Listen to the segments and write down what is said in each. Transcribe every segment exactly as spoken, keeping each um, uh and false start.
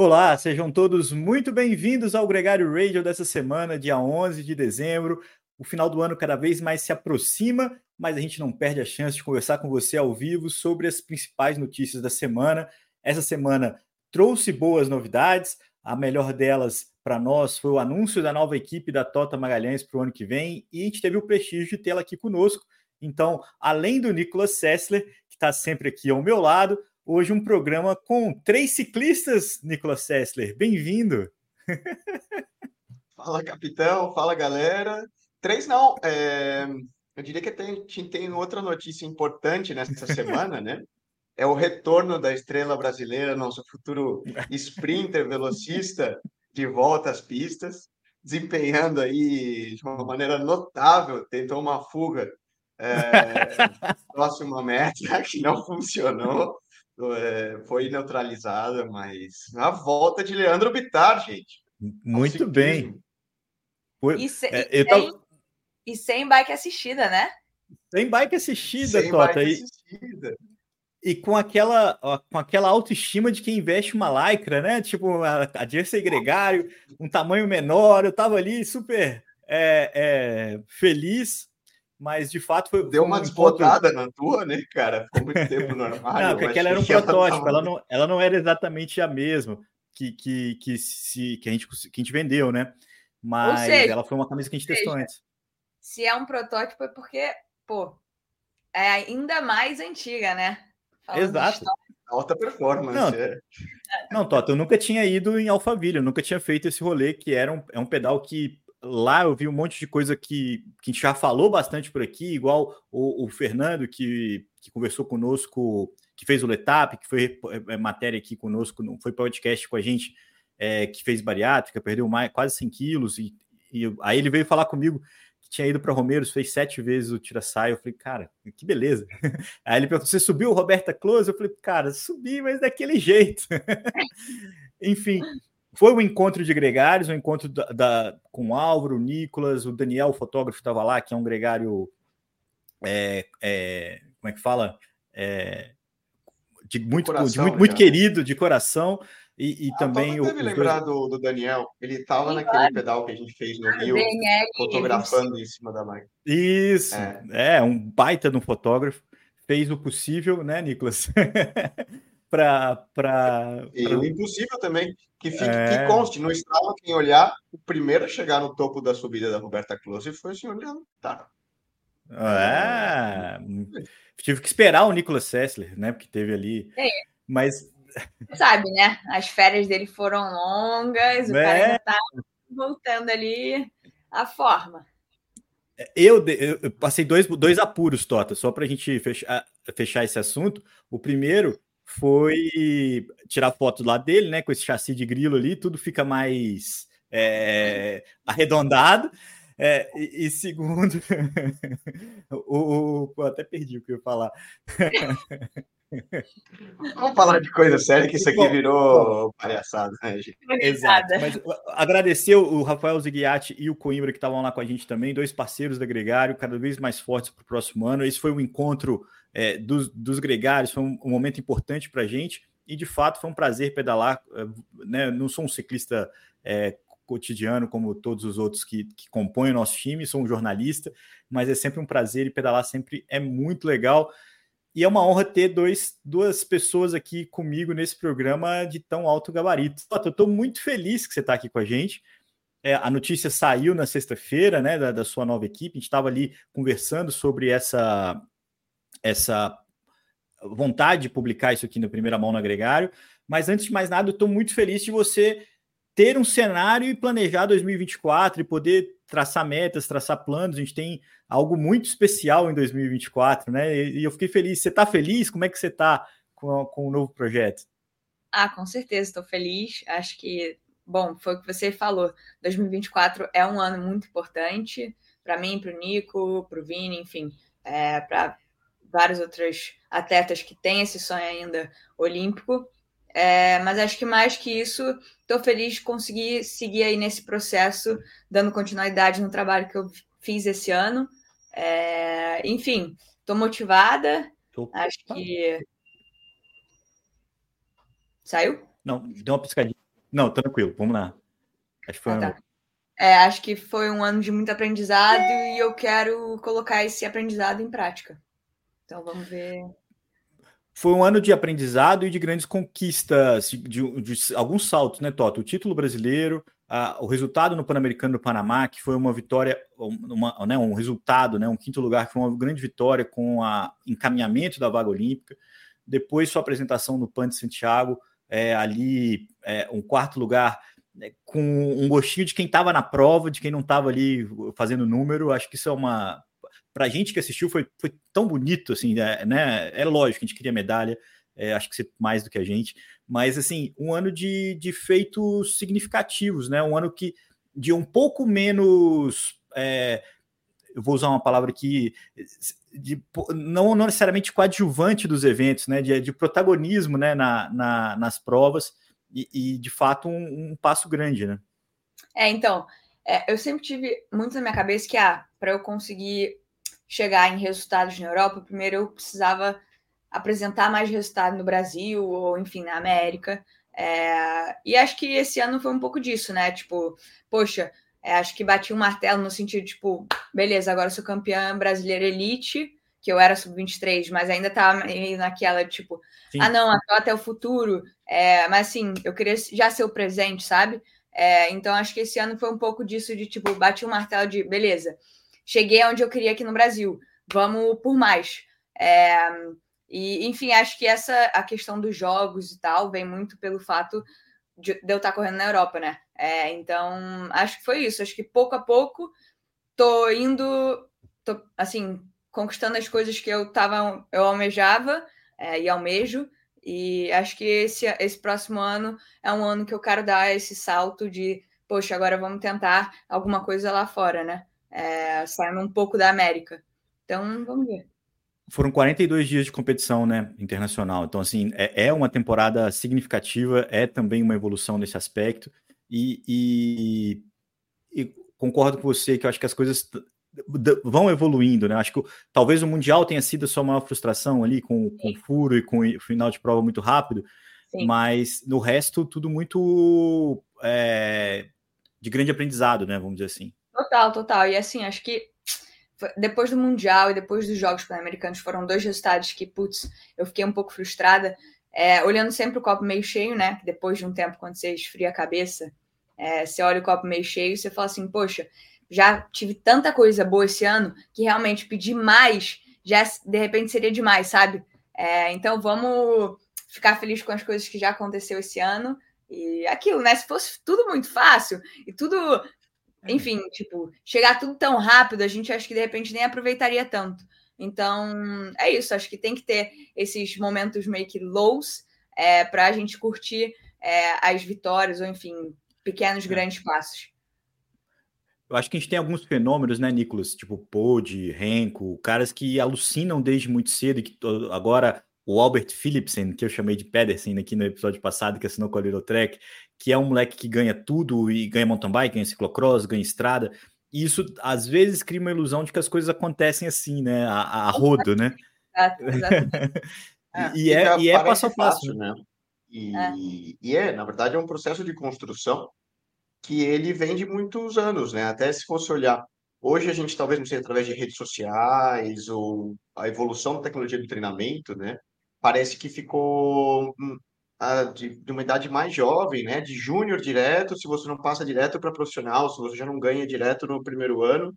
Olá, sejam todos muito bem-vindos ao Gregário Radio dessa semana, dia onze de dezembro. O final do ano cada vez mais se aproxima, mas a gente não perde a chance de conversar com você ao vivo sobre as principais notícias da semana. Essa semana trouxe boas novidades, a melhor delas para nós foi o anúncio da nova equipe da Tota Magalhães para o ano que vem, e a gente teve o prestígio de tê-la aqui conosco. Então, além do Nicolas Sessler, que está sempre aqui ao meu lado, hoje um programa com três ciclistas, Nicolas Sessler. Bem-vindo! Fala, capitão. Fala, galera. Três não. É... Eu diria que tem, tem outra notícia importante nessa semana, né? É o retorno da estrela brasileira, nosso futuro sprinter, velocista, de volta às pistas, desempenhando aí de uma maneira notável, tentou uma fuga é... próxima meta, que não funcionou. É, foi neutralizada, mas a volta de Leandro Bittar, gente, ao Muito bem. ciclismo. Foi, E, se, é, e, eu sem, tava... e sem bike assistida, né? Sem bike assistida, Sem Tota. bike E, assistida. e com aquela, ó, com aquela autoestima de quem veste uma lycra, né? Tipo, a, a jersey gregário, um tamanho menor. Eu tava ali super é, é, feliz, mas de fato foi, Deu foi uma um encontro. desbotada na tua, né, cara? Ficou muito tempo no armário. Não, Eu porque aquela achei era um que ela protótipo, tava... ela não, ela não era exatamente a mesma que, que, que, se, que, a gente, que a gente vendeu, né? Ou Mas seja, ela foi uma camisa que a gente testou seja, antes. Se é um protótipo é porque, pô, é ainda mais antiga, né? Falando de Exato. história. Alta performance, Não, é. não, Tota, eu nunca tinha ido em Alphaville, eu nunca tinha feito esse rolê, que era um, é um pedal que lá eu vi um monte de coisa que, que a gente já falou bastante por aqui, igual o, o Fernando, que, que conversou conosco, que fez o Letap, que foi é, matéria aqui conosco, foi podcast com a gente, é, que fez bariátrica, perdeu mais, quase cem quilos, e, e aí ele veio falar comigo que tinha ido para Romeiros, fez sete vezes o tira-saia. Eu falei, cara, que beleza. Aí ele perguntou, você subiu o Roberta Close? Eu falei, cara, subi, mas daquele jeito. Enfim, foi um encontro de gregários, um encontro da, da, com o Álvaro, o Nicolas, o Daniel, o fotógrafo, estava lá, que é um gregário, é, é, como é que fala? É, de muito, Coração, de muito, muito já, né? querido, de coração, e, e A também Tota o, deve os dois... lembrar do, do Daniel. Ele estava Sim, naquele claro. pedal que a gente fez no Ah, Rio, D N L fotografando em cima da máquina. Isso, É. é, um baita de um fotógrafo, fez o possível, né, Nicolas? para para E o impossível também, que fique, que é, conste, no Strava, quem olhar, o primeiro a chegar no topo da subida da Roberta Close foi o senhor Leandro. Tá. É... é, tive que esperar o Nicolas Sessler, né, porque teve ali, É. mas sabe, né? As férias dele foram longas, o é, cara ainda tá voltando ali à forma. eu, eu passei dois, dois apuros, Tota, só para a gente fechar, fechar esse assunto. O primeiro foi tirar foto lá dele, né, com esse chassi de grilo ali, tudo fica mais é, arredondado. É, e, e segundo, o, o, até perdi o que eu ia falar. Vamos falar de coisa séria, que isso aqui Bom, virou bom, palhaçada, né, gente? exato, mas agradecer o Rafael Zighiatti e o Coimbra que estavam lá com a gente também, dois parceiros da Gregário, cada vez mais fortes para o próximo ano. Esse foi um encontro é, dos, dos gregários, foi um, um momento importante para a gente e de fato foi um prazer pedalar, né? Não sou um ciclista é, cotidiano como todos os outros que, que compõem o nosso time, sou um jornalista, mas é sempre um prazer e pedalar sempre é muito legal. E é uma honra ter dois, duas pessoas aqui comigo nesse programa de tão alto gabarito. Eu estou muito feliz que você está aqui com a gente. É, a notícia saiu na sexta-feira, né, da, da sua nova equipe. A gente estava ali conversando sobre essa, essa vontade de publicar isso aqui na primeira mão no Gregário. Mas antes de mais nada, eu estou muito feliz de você ter um cenário e planejar dois mil e vinte e quatro e poder traçar metas, traçar planos. A gente tem algo muito especial em dois mil e vinte e quatro, né? E eu fiquei feliz. Você está feliz? Como é que você está com, com o novo projeto? Ah, com certeza, estou feliz. Acho que, bom, foi o que você falou. dois mil e vinte e quatro é um ano muito importante para mim, para o Nico, para o Vini, enfim, é, para vários outros atletas que têm esse sonho ainda olímpico. É, mas acho que mais que isso, estou feliz de conseguir seguir aí nesse processo, dando continuidade no trabalho que eu fiz esse ano. É, enfim, estou motivada. Tô... Acho que... Saiu? Não, deu uma piscadinha. Não, tranquilo, vamos lá. Acho que foi Ah, um... tá. É, acho que foi um ano de muito aprendizado e eu quero colocar esse aprendizado em prática. Então vamos ver. Foi um ano de aprendizado e de grandes conquistas, de, de, de alguns saltos, né, Toto? O título brasileiro, a, o resultado no Pan-Americano do Panamá, que foi uma vitória, uma, né, um resultado, né, um quinto lugar, que foi uma grande vitória com o encaminhamento da vaga olímpica. Depois, sua apresentação no Pan de Santiago, é, ali, é, um quarto lugar, né, com um gostinho de quem estava na prova, de quem não estava ali fazendo número. Acho que isso é uma... Para a gente que assistiu, foi, foi tão bonito, assim, né? É lógico que a gente queria medalha, é, acho que você mais do que a gente, mas, assim, um ano de, de feitos significativos, né? Um ano que, de um pouco menos, é, eu vou usar uma palavra aqui, de, não, não necessariamente coadjuvante dos eventos, né? De, de protagonismo, né? Na, na, nas provas e, e, de fato, um, um passo grande, né? É, então, é, eu sempre tive muito na minha cabeça que, ah, para eu conseguir chegar em resultados na Europa, primeiro eu precisava apresentar mais resultado no Brasil ou, enfim, na América. É, e acho que esse ano foi um pouco disso, né? Tipo, poxa, é, acho que bati um martelo no sentido, tipo, beleza, agora eu sou campeã brasileira elite, que eu era sub vinte e três, mas ainda tava meio naquela, tipo, Sim. ah, não, até o futuro. É, mas assim, eu queria já ser o presente, sabe? É, então acho que esse ano foi um pouco disso de, tipo, bati um martelo de, beleza, cheguei onde eu queria aqui no Brasil, vamos por mais. É, e, enfim, acho que essa a questão dos jogos e tal vem muito pelo fato de, de eu estar correndo na Europa, né? É, então, acho que foi isso. Acho que pouco a pouco tô indo, tô, assim, conquistando as coisas que eu tava, eu almejava é, e almejo. E acho que esse, esse próximo ano é um ano que eu quero dar esse salto de, poxa, agora vamos tentar alguma coisa lá fora, né? É, saindo um pouco da América. Então, vamos ver. Foram quarenta e dois dias de competição, né, internacional. Então, assim, é, é uma temporada significativa, é também uma evolução nesse aspecto. E, e, e concordo com você que eu acho que as coisas vão evoluindo, né? Acho que talvez o Mundial tenha sido a sua maior frustração ali, com, com furo e com o final de prova muito rápido. Sim. Mas no resto, tudo muito é, de grande aprendizado, né? Vamos dizer assim. Total, total. E assim, acho que depois do Mundial e depois dos Jogos Pan-Americanos foram dois resultados que, putz, eu fiquei um pouco frustrada, é, olhando sempre o copo meio cheio, né? Depois de um tempo, quando você esfria a cabeça, é, você olha o copo meio cheio e você fala assim, poxa, já tive tanta coisa boa esse ano que realmente pedir mais já, de repente, seria demais, sabe? É, então, vamos ficar feliz com as coisas que já aconteceu esse ano e aquilo, né? Se fosse tudo muito fácil e tudo... Enfim, tipo, chegar tudo tão rápido, a gente acho que de repente nem aproveitaria tanto. Então, é isso, acho que tem que ter esses momentos meio que lows é, para a gente curtir é, as vitórias, ou enfim, pequenos, é. grandes passos. Eu acho que a gente tem alguns fenômenos, né, Nicolas? Tipo Pode, Renko, caras que alucinam desde muito cedo e que agora o Albert Philipsen, que eu chamei de Pedersen aqui no episódio passado, que assinou com a Little Trek, que é um moleque que ganha tudo e ganha mountain bike, ganha ciclocross, ganha estrada. E isso, às vezes, cria uma ilusão de que as coisas acontecem assim, né? A, a rodo, né? Exatamente. e, é, e é passo a passo, fácil, né? E é. e é, na verdade, é um processo de construção que ele vem de muitos anos, né? Até se fosse olhar, hoje a gente talvez não sei, através de redes sociais ou a evolução da tecnologia do treinamento, né? Parece que ficou de, de uma idade mais jovem, né? De júnior direto, se você não passa direto para profissional, se você já não ganha direto no primeiro ano,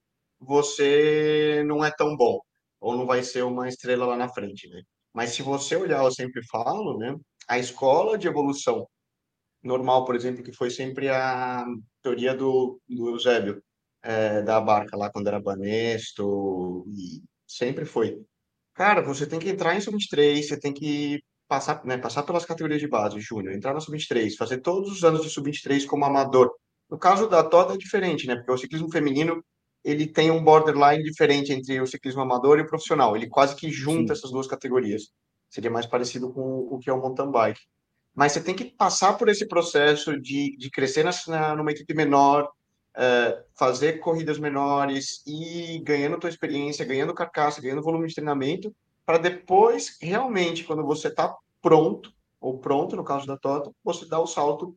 você não é tão bom ou não vai ser uma estrela lá na frente, né? Mas se você olhar, eu sempre falo, né? A escola de evolução normal, por exemplo, que foi sempre a teoria do, do Eusébio, é, da barca lá quando era Banesto, e sempre foi. Cara, você tem que entrar em sub vinte e três, você tem que passar, né, passar pelas categorias de base, júnior, entrar na sub vinte e três, fazer todos os anos de sub vinte e três como amador. No caso da Toda é diferente, né? Porque o ciclismo feminino, ele tem um borderline diferente entre o ciclismo amador e o profissional. Ele quase que junta Sim. essas duas categorias. Seria mais parecido com o que é o mountain bike. Mas você tem que passar por esse processo de, de crescer na, numa equipe menor, uh, fazer corridas menores e ganhando tua experiência, ganhando carcaça, ganhando volume de treinamento, para depois, realmente, quando você está pronto, ou pronto, no caso da Tota, você dá o salto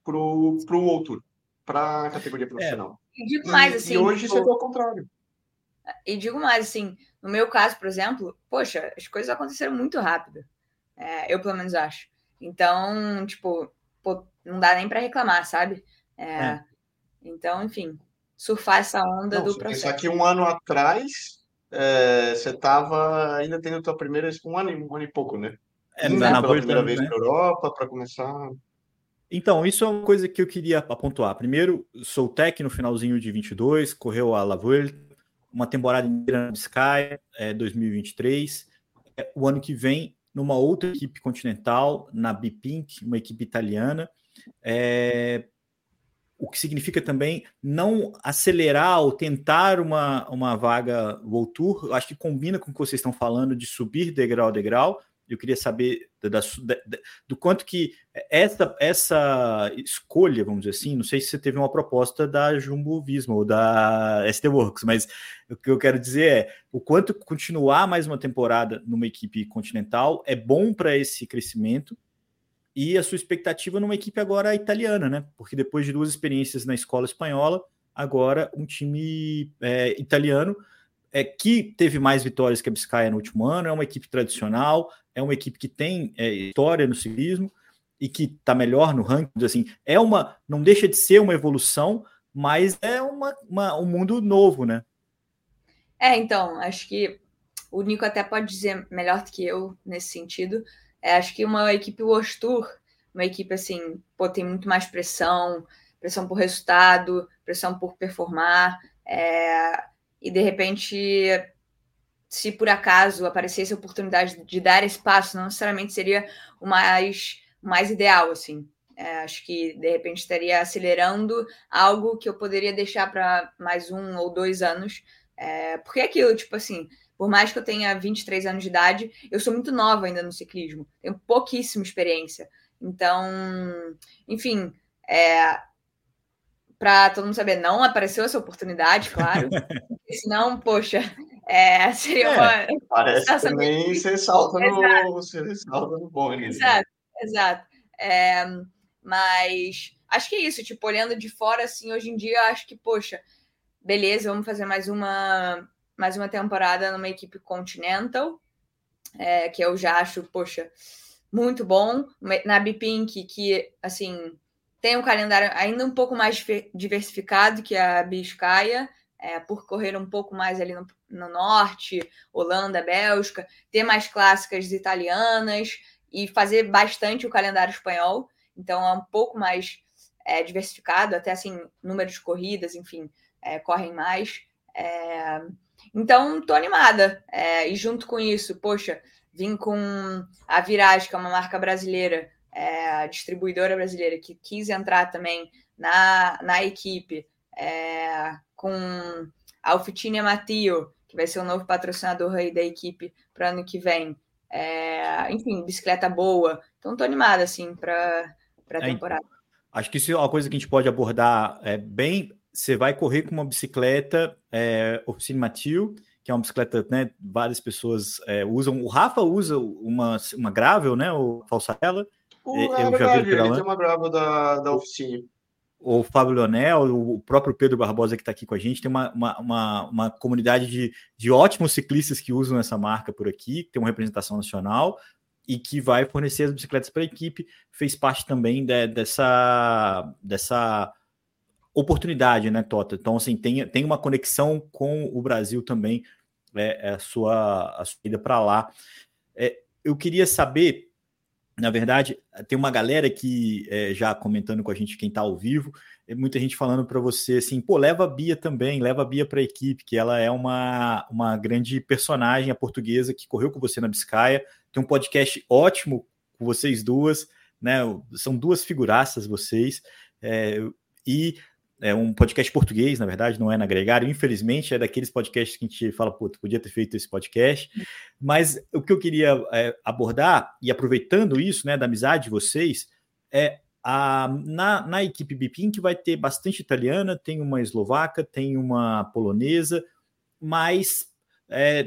para o World Tour, para a categoria profissional. É. E digo mais, assim... E hoje tipo, você vê ao contrário. E digo mais, assim, no meu caso, por exemplo, poxa, as coisas aconteceram muito rápido. É, eu, pelo menos, acho. Então, tipo, pô, não dá nem para reclamar, sabe? É, é. Então, enfim, surfar essa onda não, do se processo. Pensar que um ano atrás, é, você estava ainda tendo a tua primeira... Um ano, um ano e pouco, né? É, Indo na, na pela primeira vez né? para a Europa, para começar... Então, isso é uma coisa que eu queria pontuar. Primeiro, sou tech no finalzinho de vinte e dois, correu a La Vuelta, uma temporada inteira na Biscay, é, dois mil e vinte e três. É, o ano que vem, numa outra equipe continental, na B-Pink, uma equipe italiana. É, o que significa também não acelerar ou tentar uma, uma vaga World Tour. Eu acho que combina com o que vocês estão falando de subir degrau a degrau. Eu queria saber da, da, da, do quanto que essa, essa escolha, vamos dizer assim, não sei se você teve uma proposta da Jumbo Visma ou da S T Works, mas o que eu quero dizer é o quanto continuar mais uma temporada numa equipe continental é bom para esse crescimento e a sua expectativa numa equipe agora italiana, né? Porque depois de duas experiências na escola espanhola, agora um time é, italiano é, que teve mais vitórias que a Biscay no último ano, é uma equipe tradicional, é uma equipe que tem é, história no ciclismo e que está melhor no ranking, assim, é uma, não deixa de ser uma evolução, mas é uma, uma, um mundo novo, né? É, então, acho que o Nico até pode dizer melhor do que eu nesse sentido. É, acho que uma equipe World Tour, uma equipe assim, pô, tem muito mais pressão, pressão por resultado, pressão por performar, é, e de repente, se por acaso aparecesse a oportunidade de dar espaço, não necessariamente seria o mais, o mais ideal, assim. É, acho que de repente estaria acelerando algo que eu poderia deixar para mais um ou dois anos, é, porque é aquilo, tipo assim, por mais que eu tenha vinte e três anos de idade, eu sou muito nova ainda no ciclismo, tenho pouquíssima experiência. Então, enfim, é, para todo mundo saber, não apareceu essa oportunidade, claro, senão, poxa, é, seria É, uma... Parece também você salta no, você salta no bonde. Exato, né? Exato. É, mas acho que é isso, tipo, olhando de fora, assim, hoje em dia, acho que, poxa, beleza, vamos fazer mais uma, mais uma temporada numa equipe Continental, é, que eu já acho, poxa, muito bom. Na B-Pink, que, assim, tem um calendário ainda um pouco mais diversificado que a Biscay, é, por correr um pouco mais ali no, no norte, Holanda, Bélgica, ter mais clássicas italianas e fazer bastante o calendário espanhol. Então, é um pouco mais é, diversificado, até, assim, número de corridas, enfim, é, correm mais. É, então, tô animada. É, e junto com isso, poxa, vim com a Virage, que é uma marca brasileira, é, a distribuidora brasileira, que quis entrar também na, na equipe, é, com a Alfitine Matio, que vai ser o novo patrocinador aí da equipe para ano que vem. É, enfim, bicicleta boa. Então, tô animada, assim, para a temporada. É, acho que isso é uma coisa que a gente pode abordar é, bem. Você vai correr com uma bicicleta é, Oficina Matio, que é uma bicicleta, né, várias pessoas é, usam. O Rafa usa uma, uma gravel, né, o Falsarella. Uh, é verdade, ele tem uma gravel da, da Oficina. O Fábio Leonel, o próprio Pedro Barbosa que está aqui com a gente, tem uma, uma, uma, uma comunidade de, de ótimos ciclistas que usam essa marca por aqui, que tem uma representação nacional e que vai fornecer as bicicletas para a equipe, fez parte também de, dessa, dessa oportunidade, né, Tota? Então, assim, tem, tem uma conexão com o Brasil também, é, é a sua, a sua ida para lá. É, eu queria saber, na verdade, tem uma galera que é, já comentando com a gente, quem está ao vivo, é muita gente falando para você assim, pô, leva a Bia também, leva a Bia para a equipe, que ela é uma, uma grande personagem, a portuguesa, que correu com você na Biscay, tem um podcast ótimo com vocês duas, né? São duas figuraças vocês, é, e é um podcast português, na verdade, não é na Gregário, infelizmente é daqueles podcasts que a gente fala, pô, tu podia ter feito esse podcast, mas o que eu queria é, abordar, e aproveitando isso, né, da amizade de vocês, é a, na, na equipe B-Pink vai ter bastante italiana, tem uma eslovaca, tem uma polonesa, mas é,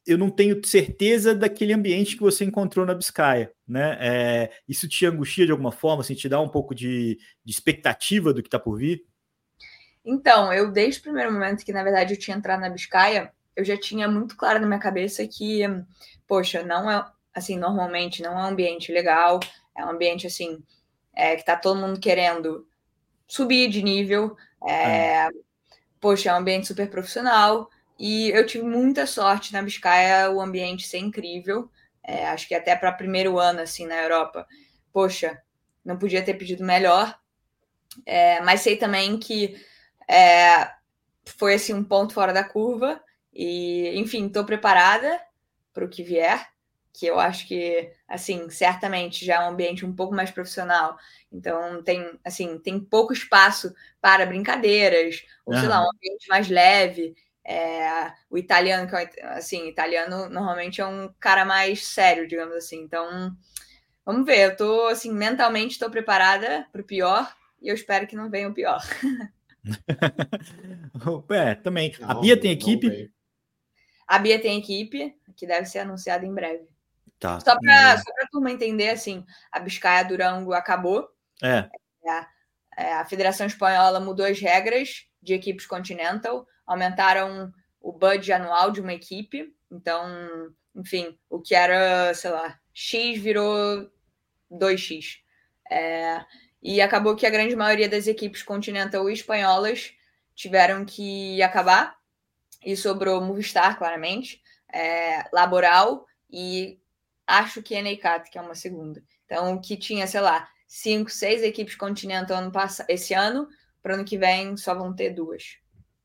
eu não tenho certeza daquele ambiente que você encontrou na Biscaia, né? É, isso te angustia de alguma forma, assim, te dá um pouco de, de expectativa do que está por vir? Então, eu desde o primeiro momento que, na verdade, eu tinha entrado na Biscaia, eu já tinha muito claro na minha cabeça que, poxa, não é, assim, normalmente não é um ambiente legal, é um ambiente, assim, é, que tá todo mundo querendo subir de nível, é, é. Poxa, é um ambiente super profissional, e eu tive muita sorte na Biscaia, o ambiente ser incrível, é, acho que até para primeiro ano, assim, na Europa, poxa, não podia ter pedido melhor, é, mas sei também que é, foi, assim, um ponto fora da curva, e, enfim, estou preparada para o que vier, que eu acho que, assim, certamente já é um ambiente um pouco mais profissional, então tem, assim, tem pouco espaço para brincadeiras, ou sei lá, um ambiente mais leve. É, o italiano, que é, assim, italiano normalmente é um cara mais sério, digamos assim, então vamos ver, eu tô, assim, mentalmente estou preparada para o pior, e eu espero que não venha o pior. É, também. Não, a Bia tem equipe? Veio. A Bia tem equipe, que deve ser anunciada em breve. Tá. Só para a turma entender, assim, a Biscaia Durango acabou. É. É, a Federação Espanhola mudou as regras de equipes Continental, aumentaram o budget anual de uma equipe. Então, enfim, o que era, sei lá, X virou dois x. É, e acabou que a grande maioria das equipes Continental e espanholas tiveram que acabar, e sobrou Movistar, claramente, é, Laboral e acho que N A C A T, que é uma segunda. Então, que tinha, sei lá, cinco, seis equipes Continental ano pass- esse ano, para o ano que vem só vão ter duas.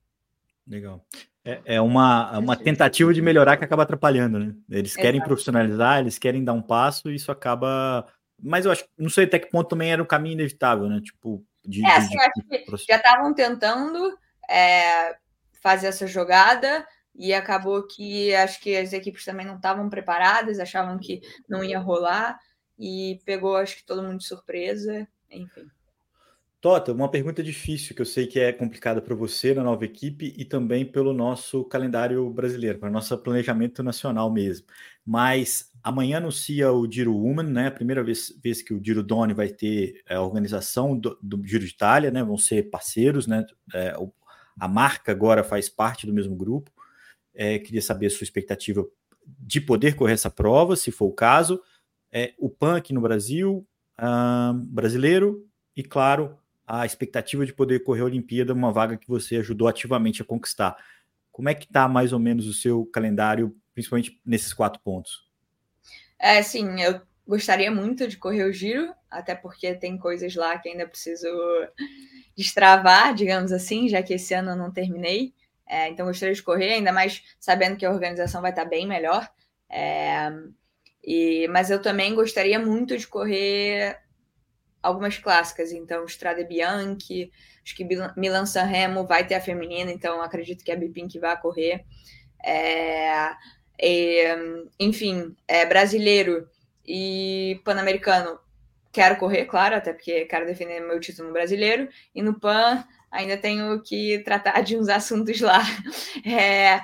Legal. É, é uma, uma tentativa de melhorar que acaba atrapalhando, né? Eles querem Exato. profissionalizar, eles querem dar um passo e isso acaba... Mas eu acho, não sei até que ponto também era um caminho inevitável, né? Tipo, de... É, de, assim, de... acho que já estavam tentando é, fazer essa jogada e acabou que acho que as equipes também não estavam preparadas, achavam que não ia rolar e pegou, acho que todo mundo de surpresa, enfim. Tota, uma pergunta difícil que eu sei que é complicada para você na nova equipe e também pelo nosso calendário brasileiro, para o nosso planejamento nacional mesmo. Mas amanhã anuncia o Giro Women, né? A primeira vez, vez que o Giro Donne vai ter a organização do, do Giro de Itália, né? Vão ser parceiros, né? É, o, a marca agora faz parte do mesmo grupo. É, queria saber a sua expectativa de poder correr essa prova, se for o caso. É, o P A N aqui no Brasil, uh, brasileiro, e claro, a expectativa de poder correr a Olimpíada, uma vaga que você ajudou ativamente a conquistar. Como é que está mais ou menos o seu calendário, principalmente nesses quatro pontos? É, sim, eu gostaria muito de correr o Giro, até porque tem coisas lá que ainda preciso destravar, digamos assim, já que esse ano eu não terminei. É, então gostaria de correr, ainda mais sabendo que a organização vai estar bem melhor. É, e, mas eu também gostaria muito de correr algumas clássicas, então Strade Bianche, acho que Milan-San Remo vai ter a feminina, então acredito que a Bipink vai correr. É, e, enfim, é, brasileiro e pan-americano quero correr, claro, até porque quero defender meu título no brasileiro, e no Pan ainda tenho que tratar de uns assuntos lá. É,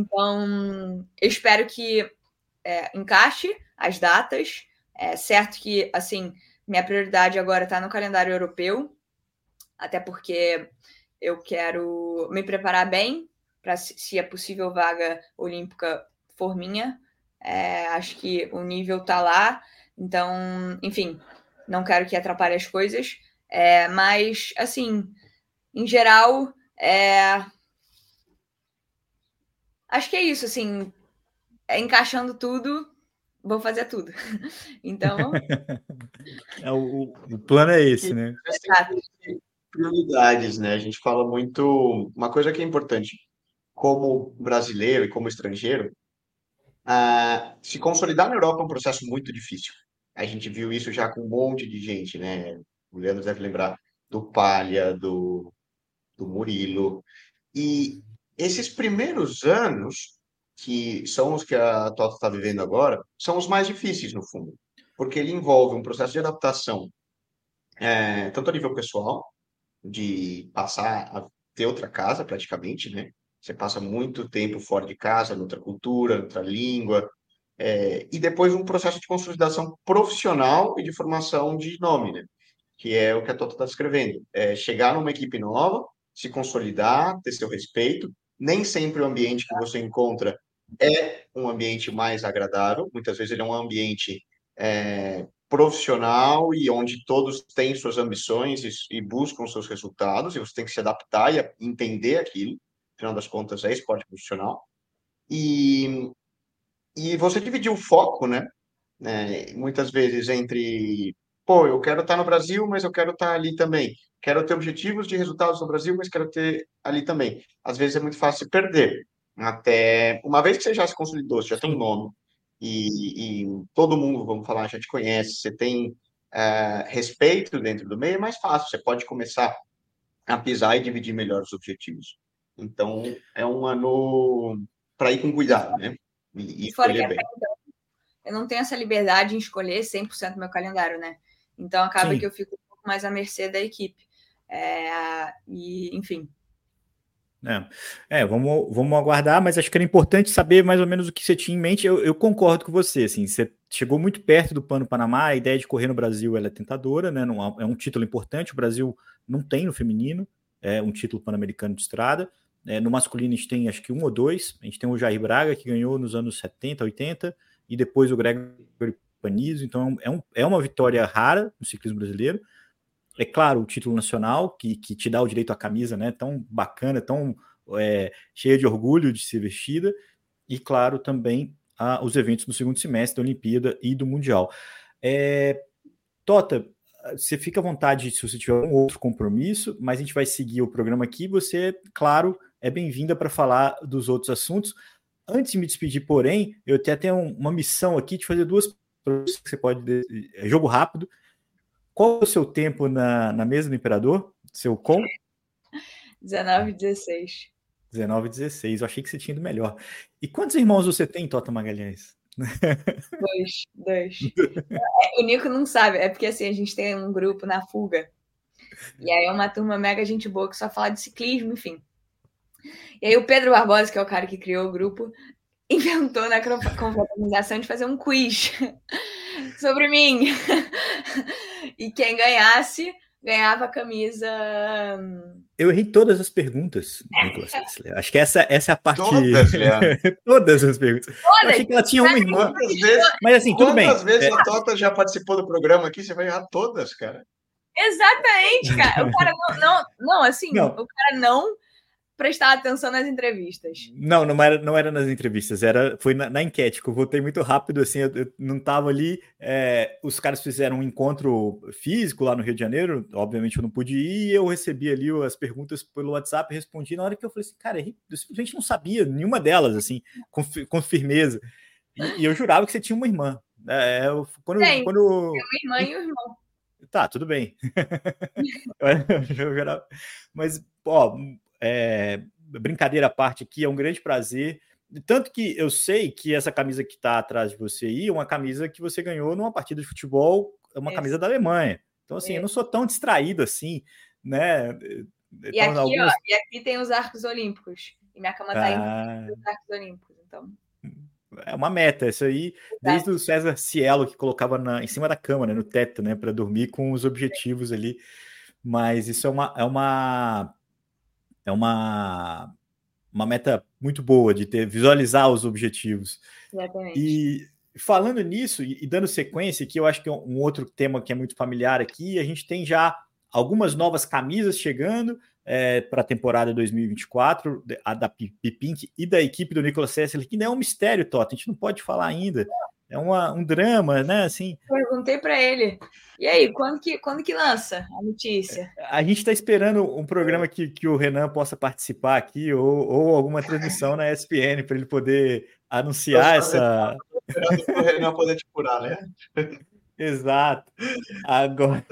então, eu espero que é, encaixe as datas. É certo que, assim, minha prioridade agora está no calendário europeu, até porque eu quero me preparar bem para, se a possível vaga olímpica for minha. É, acho que o nível está lá, então, enfim, não quero que atrapalhe as coisas. É, mas, assim, em geral, é... acho que é isso, assim, é encaixando tudo, vou fazer tudo. Então, é, o, o plano é esse, né? Prioridades, né? A gente fala muito. Uma coisa que é importante, como brasileiro e como estrangeiro, ah, se consolidar na Europa é um processo muito difícil. A gente viu isso já com um monte de gente, né? O Leandro deve lembrar do Palha, do, do Murilo. E esses primeiros anos, que são os que a Toto está vivendo agora, são os mais difíceis, no fundo, porque ele envolve um processo de adaptação, é, tanto a nível pessoal, de passar a ter outra casa, praticamente, né? você passa muito tempo fora de casa, noutra cultura, noutra língua, é, e depois um processo de consolidação profissional e de formação de nome, né? Que é o que a Tota está descrevendo. É chegar numa equipe nova, se consolidar, ter seu respeito. Nem sempre o ambiente que você encontra é um ambiente mais agradável, muitas vezes ele é um ambiente é, profissional e onde todos têm suas ambições e, e buscam seus resultados, e você tem que se adaptar e entender aquilo, afinal das contas é esporte profissional. E, e você dividir o foco, né? né, muitas vezes entre, pô, eu quero estar no Brasil, mas eu quero estar ali também. Quero ter objetivos de resultados no Brasil, mas quero ter ali também. Às vezes é muito fácil se perder. Até uma vez que você já se consolidou, você já tem um nome, e, e todo mundo, vamos falar, já te conhece, você tem é, respeito dentro do meio, é mais fácil. Você pode começar a pisar e dividir melhor os objetivos. Então, é um ano para ir com cuidado, né? E, e escolher bem. Eu não tenho essa liberdade em escolher cem por cento do meu calendário, né? Então, acaba Sim. que eu fico um pouco mais à mercê da equipe. É, e, enfim. É, é vamos, vamos aguardar, mas acho que era importante saber mais ou menos o que você tinha em mente. Eu, eu concordo com você, assim, você chegou muito perto do Pano Panamá, a ideia de correr no Brasil ela é tentadora, né? Não, é um título importante, o Brasil não tem no feminino, é um título pan-americano de estrada. É, no masculino a gente tem acho que um ou dois, a gente tem o Jair Braga, que ganhou nos anos setenta, oitenta, e depois o Gregory Panizo, então é, um, é uma vitória rara no ciclismo brasileiro. É claro, o título nacional, que, que te dá o direito à camisa, né, tão bacana, tão é, cheia de orgulho de ser vestida, e claro, também ah, os eventos do segundo semestre da Olimpíada e do Mundial. É, Tota, você fica à vontade se você tiver um outro compromisso, mas a gente vai seguir o programa aqui, você, claro, é bem-vinda para falar dos outros assuntos. Antes de me despedir, porém, eu até tenho uma missão aqui de fazer duas perguntas que você pode... É jogo rápido. Qual é o seu tempo na, na mesa do Imperador? Seu com? dezenove e dezesseis. dezenove e dezesseis. Eu achei que você tinha ido melhor. E quantos irmãos você tem, Tota Magalhães? Dois. Dois. O Nico não sabe. É porque assim, a gente tem um grupo na Fuga. E aí é uma turma mega gente boa que só fala de ciclismo, enfim. E aí o Pedro Barbosa, que é o cara que criou o grupo, inventou na confraternização de fazer um quiz sobre mim. E quem ganhasse, ganhava a camisa... Eu errei todas as perguntas, Nicolas Kessler. Acho que essa, essa é a parte... Todas, Todas as perguntas. Todas. Eu achei que ela tinha uma irmã. Quantas vezes, Mas assim, tudo bem. Quantas vezes é... a Tota já participou do programa aqui? Você vai errar todas, cara. Exatamente, cara. O cara não... Não, não assim, não. o cara não... prestar atenção nas entrevistas. Não, não era, não era nas entrevistas, era, foi na, na enquete, que eu voltei muito rápido, assim, eu, eu não estava ali, é, os caras fizeram um encontro físico lá no Rio de Janeiro, obviamente eu não pude ir, e eu recebi ali as perguntas pelo WhatsApp e respondi na hora que eu falei assim, cara, eu simplesmente não sabia nenhuma delas, assim, com, com firmeza, e, e eu jurava que você tinha uma irmã. É, eu, quando, Tem, quando... tem uma irmã e um irmão. Tá, tudo bem. eu jurava, mas, ó... É, brincadeira à parte aqui, é um grande prazer. Tanto que eu sei que essa camisa que está atrás de você aí é uma camisa que você ganhou numa partida de futebol, é uma Isso. camisa da Alemanha. Então, assim, Isso. eu não sou tão distraído assim, né? Então, e, aqui, alguns... ó, e aqui tem os arcos olímpicos. E minha cama está ah... em os arcos olímpicos, então... É uma meta, isso aí, Exato. Desde o César Cielo, que colocava na, em cima da cama, né, no teto, né, para dormir com os objetivos ali. Mas isso é uma... É uma... É uma, uma meta muito boa de ter, visualizar os objetivos. Exatamente. E falando nisso, e, e dando sequência, que eu acho que é um outro tema que é muito familiar aqui, a gente tem já algumas novas camisas chegando é, para a temporada dois mil e vinte e quatro, a da Pipink e da equipe do Nicolas Kessler, que não é um mistério, Tota, a gente não pode falar ainda. É uma, um drama, né? Assim, perguntei para ele. E aí, quando que, quando que lança a notícia? A gente está esperando um programa que, que o Renan possa participar aqui, ou, ou alguma transmissão na E S P N para ele poder anunciar essa. Esperando para o Renan poder te curar, né? Exato. Agora,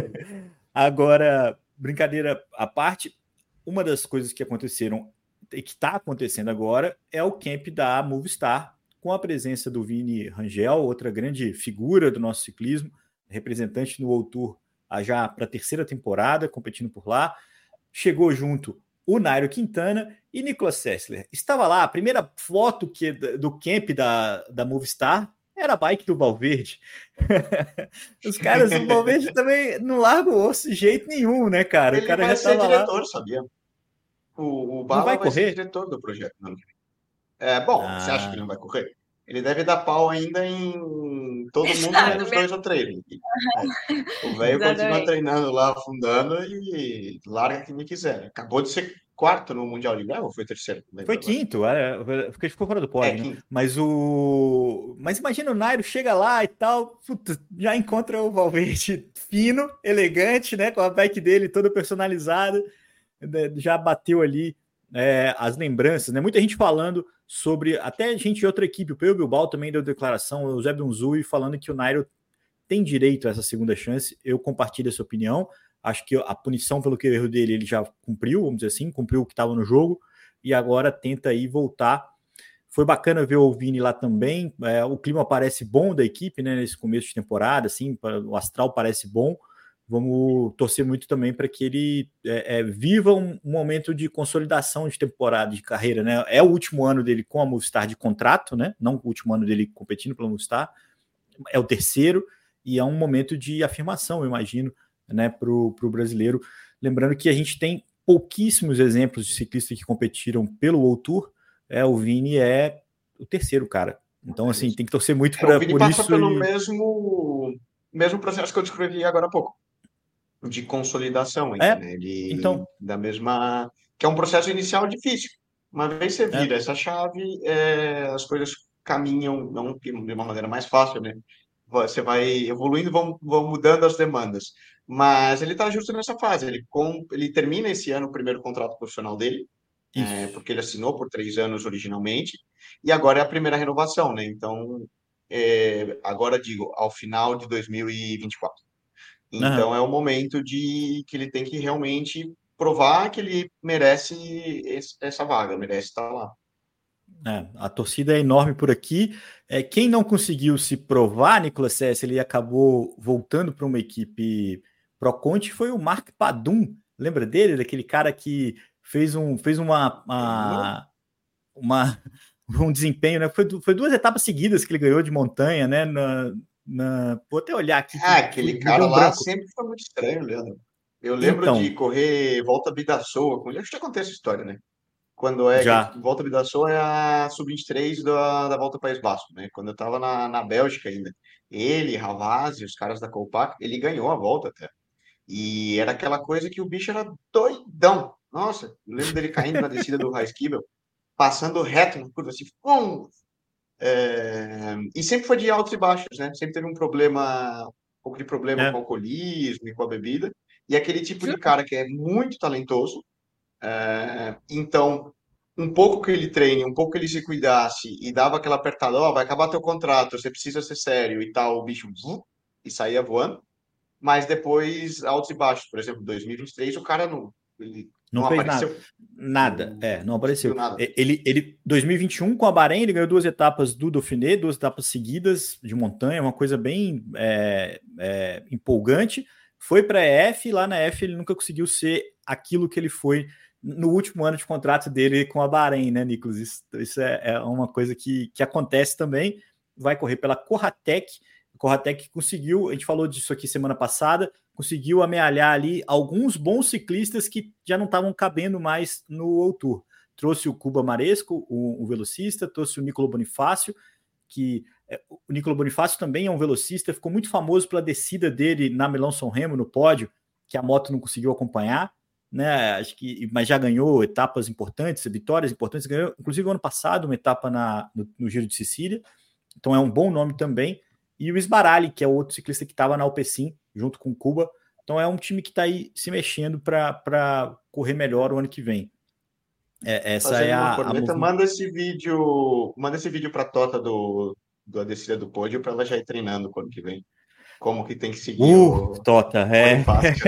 agora, brincadeira à parte, uma das coisas que aconteceram e que está acontecendo agora é o camp da Movistar, com a presença do Vini Rangel, outra grande figura do nosso ciclismo, representante no World Tour já para a terceira temporada, competindo por lá. Chegou junto o Nairo Quintana e Nicolas Sessler. Estava lá, a primeira foto que, do camp da, da Movistar era a bike do Valverde. Os caras, o Valverde também não larga o osso de jeito nenhum, né, cara? Ele o cara vai já ser tava diretor, lá. sabia? O, o Não Bala vai vai, correr? ser diretor do projeto. Não. É, bom, Ah. você acha que não vai correr? Ele deve dar pau ainda em todo mundo, menos dois ou três. É. O velho continua treinando lá, afundando, e larga quem quiser. Acabou de ser quarto no Mundial de Gravel, ou foi terceiro? Foi quinto, é, porque ficou fora do pódio, é, né? Mas o. Mas imagina o Nairo chega lá e tal, puta, já encontra o Valverde fino, elegante, né? Com a bike dele toda personalizada, já bateu ali é, as lembranças, né? Muita gente falando sobre. Até gente de outra equipe, o Peu Bilbao também deu declaração, o Zé Bunzui falando que o Nairo tem direito a essa segunda chance. Eu compartilho essa opinião. Acho que a punição pelo que erro dele ele já cumpriu, vamos dizer assim, cumpriu o que estava no jogo e agora tenta aí voltar. Foi bacana ver o Vini lá também. É, o clima parece bom da equipe, né, nesse começo de temporada, assim, o astral parece bom. Vamos torcer muito também para que ele é, é, viva um, um momento de consolidação de temporada, de carreira, né? É o último ano dele com a Movistar de contrato, né? Não o último ano dele competindo pela Movistar, é o terceiro, e é um momento de afirmação, eu imagino, né, para o brasileiro. Lembrando que a gente tem pouquíssimos exemplos de ciclistas que competiram pelo World Tour. É, o Vini é o terceiro cara. Então, assim, tem que torcer muito para é, por isso. O Vini passa pelo e... mesmo, mesmo processo que eu descrevi agora há pouco, de consolidação ainda, é, né? Ele, então... da mesma... Que é um processo inicial difícil. Uma vez você vira é. essa chave, é, as coisas caminham não de uma maneira mais fácil, né? Você vai evoluindo, vão, vão mudando as demandas. Mas ele está justo nessa fase. Ele, com, ele termina esse ano o primeiro contrato profissional dele, é, porque ele assinou por três anos originalmente, e agora é a primeira renovação, né? Então, é, agora digo, ao final de dois mil e vinte e quatro. Então, uhum. É o momento de que ele tem que realmente provar que ele merece esse, essa vaga, merece estar lá. É, a torcida é enorme por aqui. É, quem não conseguiu se provar, Nicolas Sessler, ele acabou voltando para uma equipe Pro Conti, foi o Marc Padun. Lembra dele? Daquele cara que fez, um, fez uma, uma, uma, um desempenho, né? Foi, foi duas etapas seguidas que ele ganhou de montanha, né? Na, na... Vou até olhar aqui. Ah, aquele cara um lá branco. Sempre foi muito estranho, Leandro. Eu lembro então, de correr Volta Bidasoa com ele. Acho que já contei essa história, né? Quando é já. que Volta Bidasoa é a sub vinte e três da, da Volta País Basco, né? Quando eu tava na, na Bélgica ainda. Ele, Ravazzi, os caras da Colpac, ele ganhou a volta até. E era aquela coisa que o bicho era doidão. Nossa, eu lembro dele caindo na descida do Raiskibel, passando reto na curva, assim, pum! É... E sempre foi de altos e baixos, né? Sempre teve um problema, um pouco de problema é. com o alcoolismo e com a bebida. E aquele tipo de cara que é muito talentoso. É... Então, um pouco que ele treine, um pouco que ele se cuidasse e dava aquela apertada, ó, oh, vai acabar teu contrato, você precisa ser sério e tal, o bicho e saía voando. Mas depois, altos e baixos. Por exemplo, dois mil e vinte e três, o cara não, ele não, não fez apareceu. Nada. Nada, não, é, não apareceu. Nada. Ele, ele, dois mil e vinte e um, com a Bahrein, ele ganhou duas etapas do Dauphiné, duas etapas seguidas de montanha, uma coisa bem é, é, empolgante. Foi para a E F, e lá na E F ele nunca conseguiu ser aquilo que ele foi no último ano de contrato dele com a Bahrein, né, Nicolas? Isso, isso é, é uma coisa que, que acontece também. Vai correr pela Corratec. A Corratec conseguiu, a gente falou disso aqui semana passada, conseguiu amealhar ali alguns bons ciclistas que já não estavam cabendo mais no World Tour. Trouxe o Cuba Maresco, o, o velocista, trouxe o Nicolo Bonifácio, que é, o Nicolo Bonifácio também é um velocista, ficou muito famoso pela descida dele na Milão-São Remo, no pódio, que a moto não conseguiu acompanhar, né? Acho que, mas já ganhou etapas importantes, vitórias importantes, ganhou, inclusive, ano passado, uma etapa na, no, no Giro de Sicília, então é um bom nome também. E o Sbarali, que é outro ciclista que estava na Alpecin, junto com o Cuba. Então é um time que está aí se mexendo para correr melhor o ano que vem. É, essa Fazendo é a, a movimento... Manda esse vídeo, manda esse vídeo para a Tota do, da descida do pódio para ela já ir treinando o ano que vem. Como que tem que seguir uh, o Tota, é.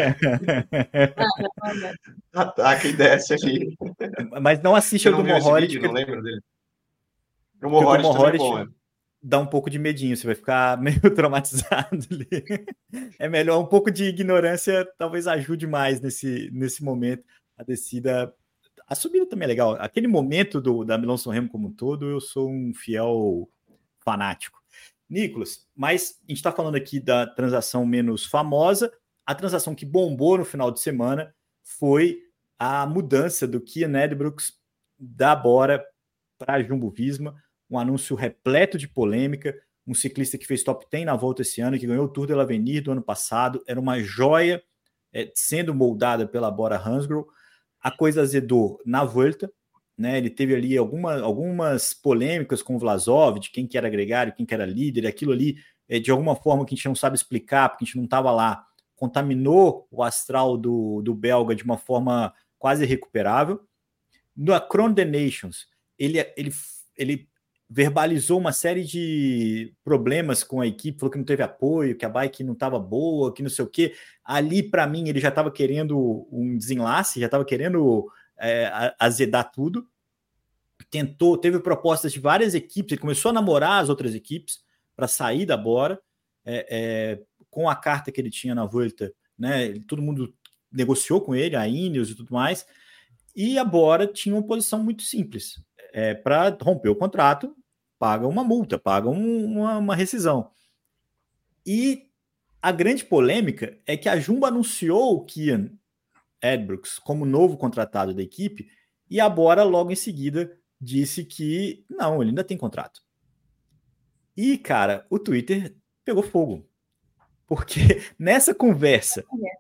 Ataque e desce ali. Mas não assiste o do Mohoric. Não lembro dele. O Mohoric também é bom, é. Dá um pouco de medinho, você vai ficar meio traumatizado ali. É melhor um pouco de ignorância, talvez ajude mais nesse, nesse momento. A descida a subida também é legal. Aquele momento do, da Milão San Remo como um todo, eu sou um fiel fanático. Nicolas, mas a gente está falando aqui da transação menos famosa. A transação que bombou no final de semana foi a mudança do Kian Edbrooks da Bora para a Jumbo-Visma, um anúncio repleto de polêmica, um ciclista que fez top dez na volta esse ano, que ganhou o Tour de l'Avenir do ano passado, era uma joia é, sendo moldada pela Bora Hansgrohe. A coisa azedou na volta, né? Ele teve ali alguma, algumas polêmicas com o Vlasov, de quem que era gregário, quem que era líder, aquilo ali, é, de alguma forma que a gente não sabe explicar, porque a gente não estava lá, contaminou o astral do, do belga de uma forma quase irrecuperável. Na Chrono the Nations, ele, ele, ele verbalizou uma série de problemas com a equipe, falou que não teve apoio, que a bike não estava boa, que não sei o quê. Ali, para mim, ele já estava querendo um desenlace, já estava querendo é, azedar tudo. Tentou, teve propostas de várias equipes, ele começou a namorar as outras equipes para sair da Bora, é, é, com a carta que ele tinha na Volta, né? Todo mundo negociou com ele, a Ineos e tudo mais, e a Bora tinha uma posição muito simples. É, para romper o contrato, paga uma multa, paga um, uma, uma rescisão. E a grande polêmica é que a Jumbo anunciou o Kian Edbrooks como novo contratado da equipe, e a Bora logo em seguida disse que não, ele ainda tem contrato. E, cara, o Twitter pegou fogo. Porque nessa conversa...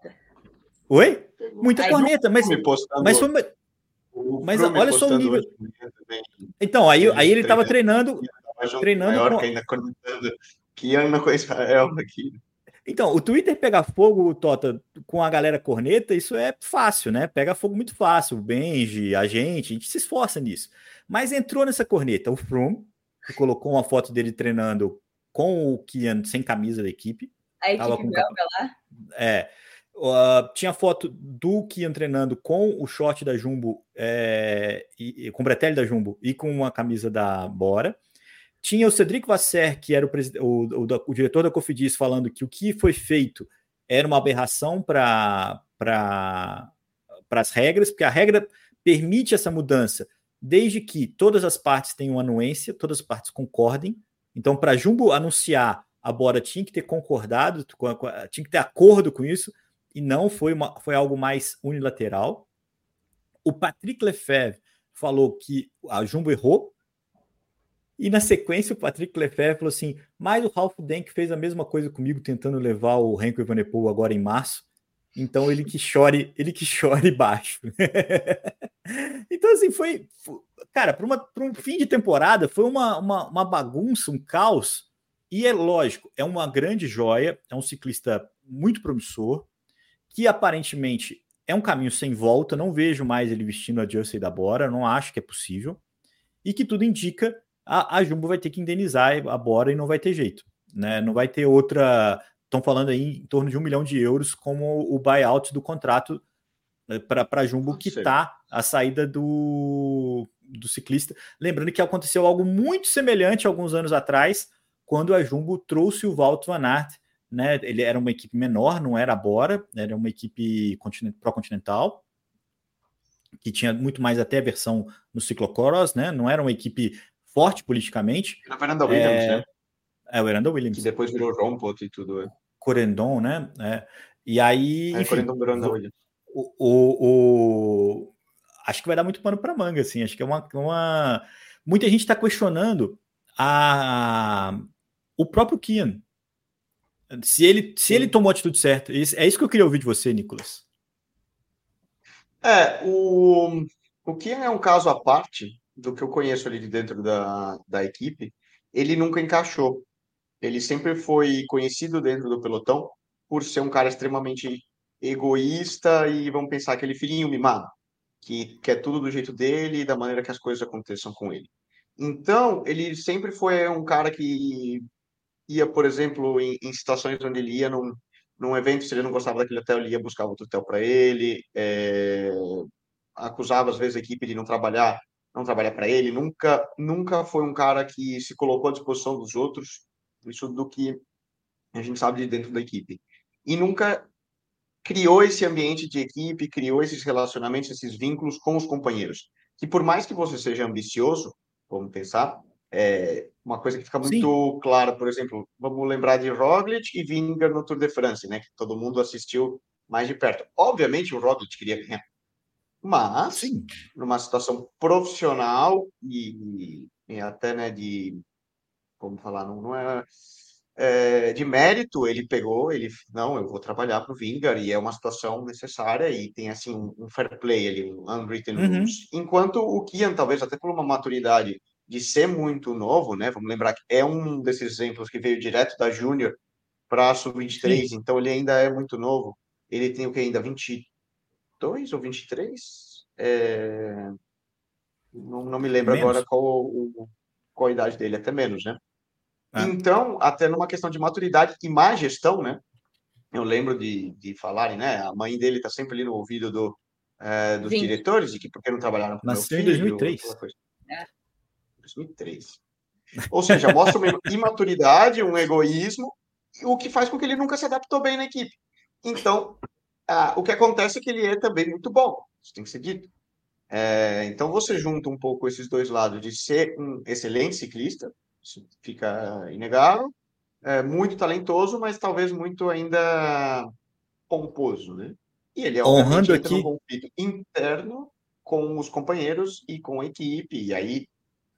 Oi? Muita corneta, mas, mas foi... Mas olha só o nível. Então, aí, aí ele estava treinando. treinando maior com... que ainda comentando que ano com Israel aqui. Então, o Twitter pegar fogo, Tota, com a galera corneta, isso é fácil, né? Pega fogo muito fácil. O Benji, a gente, a gente se esforça nisso. Mas entrou nessa corneta o Froome, que colocou uma foto dele treinando com o Kian sem camisa da equipe. A equipe com... belga lá? É. Uh, tinha foto do Kian treinando com o short da Jumbo, é, e, com o bretelle da Jumbo e com uma camisa da Bora. Tinha o Cedric Vasser, que era o, o, o, o diretor da Cofidis, falando que o que foi feito era uma aberração para pra, as regras, porque a regra permite essa mudança desde que todas as partes tenham anuência, todas as partes concordem. Então, para a Jumbo anunciar, a Bora tinha que ter concordado, tinha que ter acordo com isso, e não foi, uma, foi algo mais unilateral. O Patrick Lefevre falou que a Jumbo errou, e na sequência o Patrick Lefevre falou assim, mas o Ralph Denk fez a mesma coisa comigo, tentando levar o Remco Evenepoel agora em março, então ele que chore, ele que chore baixo. Então assim, foi, cara, para um fim de temporada, foi uma, uma, uma bagunça, um caos, e é lógico, é uma grande joia, é um ciclista muito promissor, que aparentemente é um caminho sem volta, não vejo mais ele vestindo a jersey da Bora, não acho que é possível, e que tudo indica a, a Jumbo vai ter que indenizar a Bora e não vai ter jeito, né? Não vai ter outra, estão falando aí em torno de um milhão de euros como o buyout do contrato para a Jumbo, que está a saída do, do ciclista. Lembrando que aconteceu algo muito semelhante alguns anos atrás, quando a Jumbo trouxe o Wout van Aert, né? Ele era uma equipe menor, não era a Bora, era uma equipe pró-continental, que tinha muito mais até a versão no ciclocross, né? Não era uma equipe forte politicamente. Era o Fernando Williams, é... né? É, o Fernando Williams. Que depois virou Rompot e tudo. É. Corendon, né? É. E aí, é, enfim, Corendon, Williams. O, o, o... acho que vai dar muito pano para manga, assim. Acho que é uma... uma... Muita gente está questionando a... o próprio Kian. Se ele, se ele tomou a atitude certa. É isso que eu queria ouvir de você, Nicolas. É, o, o Kian é um caso à parte do que eu conheço ali de dentro da, da equipe. Ele nunca encaixou. Ele sempre foi conhecido dentro do pelotão por ser um cara extremamente egoísta e vamos pensar aquele filhinho mimado, que quer tudo do jeito dele e da maneira que as coisas aconteçam com ele. Então, ele sempre foi um cara que ia, por exemplo, em, em situações onde ele ia num, num evento, se ele não gostava daquele hotel, ele ia buscar outro hotel para ele, é, acusava às vezes a equipe de não trabalhar, não trabalhar para ele, nunca, nunca foi um cara que se colocou à disposição dos outros, isso do que a gente sabe de dentro da equipe. E nunca criou esse ambiente de equipe, criou esses relacionamentos, esses vínculos com os companheiros. Que por mais que você seja ambicioso, vamos pensar, é uma coisa que fica muito Sim. clara, por exemplo, vamos lembrar de Roglic e Vingegaard no Tour de France, né, que todo mundo assistiu mais de perto. Obviamente o Roglic queria ganhar, mas Sim. numa situação profissional e, e até, né, de, como falar, não, não é, é, de mérito, ele pegou, ele, não, eu vou trabalhar para o Vingegaard, e é uma situação necessária, e tem, assim, um, um fair play ali, um unwritten Uhum. rules. Enquanto o Kian, talvez até por uma maturidade de ser muito novo, né, vamos lembrar que é um desses exemplos que veio direto da Júnior para a sub vinte e três, Sim. então ele ainda é muito novo, ele tem o que ainda, vinte e dois ou vinte e três? É... Não, não me lembro agora Menos. qual, o, qual a idade dele, até menos, né? É. Então, até numa questão de maturidade e má gestão, né? Eu lembro de, de falarem, né? A mãe dele está sempre ali no ouvido do, é, dos Vinte. diretores, de que por que não trabalharam com o meu Nasceu em dois mil e filho, três. aquela coisa. É. dois mil e três. Ou seja, mostra uma imaturidade, um egoísmo, o que faz com que ele nunca se adaptou bem na equipe. Então, ah, o que acontece é que ele é também muito bom, isso tem que ser dito. É, então, você junta um pouco esses dois lados de ser um excelente ciclista, isso fica inegável, é, muito talentoso, mas talvez muito ainda pomposo, né? E ele, obviamente, Honrando entra num aqui. conflito interno com os companheiros e com a equipe. E aí,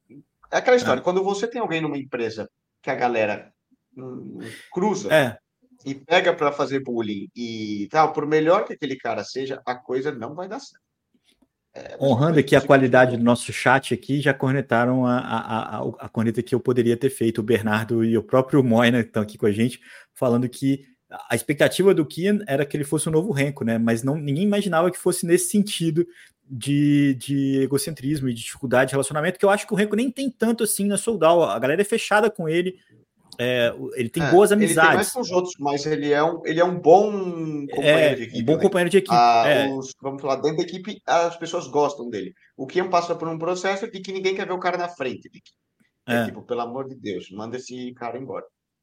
é aquela história, quando você tem alguém numa empresa que a galera hum, cruza É, e pega para fazer bullying e tal, por melhor que aquele cara seja, a coisa não vai dar certo. É a mesma honrando coisa aqui com o a qualidade ciclismo. do nosso chat aqui, já cornetaram a, a, a, a corneta que eu poderia ter feito. O Bernardo e o próprio Moina que estão aqui com a gente, falando que a expectativa do Kian era que ele fosse um novo Renko, né? Mas não, ninguém imaginava que fosse nesse sentido de, de egocentrismo e de dificuldade de relacionamento, que eu acho que o Renko nem tem tanto assim na Soldal. A galera é fechada com ele, é, ele tem É, boas ele tem mais amizades, com os outros, mas ele é um, ele é um bom companheiro é de um equipe, bom o Henrique. companheiro de equipe. Ah, É, os, vamos falar, dentro da equipe, as pessoas gostam dele. O Kian passa por um processo de que ninguém quer ver o cara na frente. Vicky. É é. tipo, pelo amor de Deus, manda esse cara embora.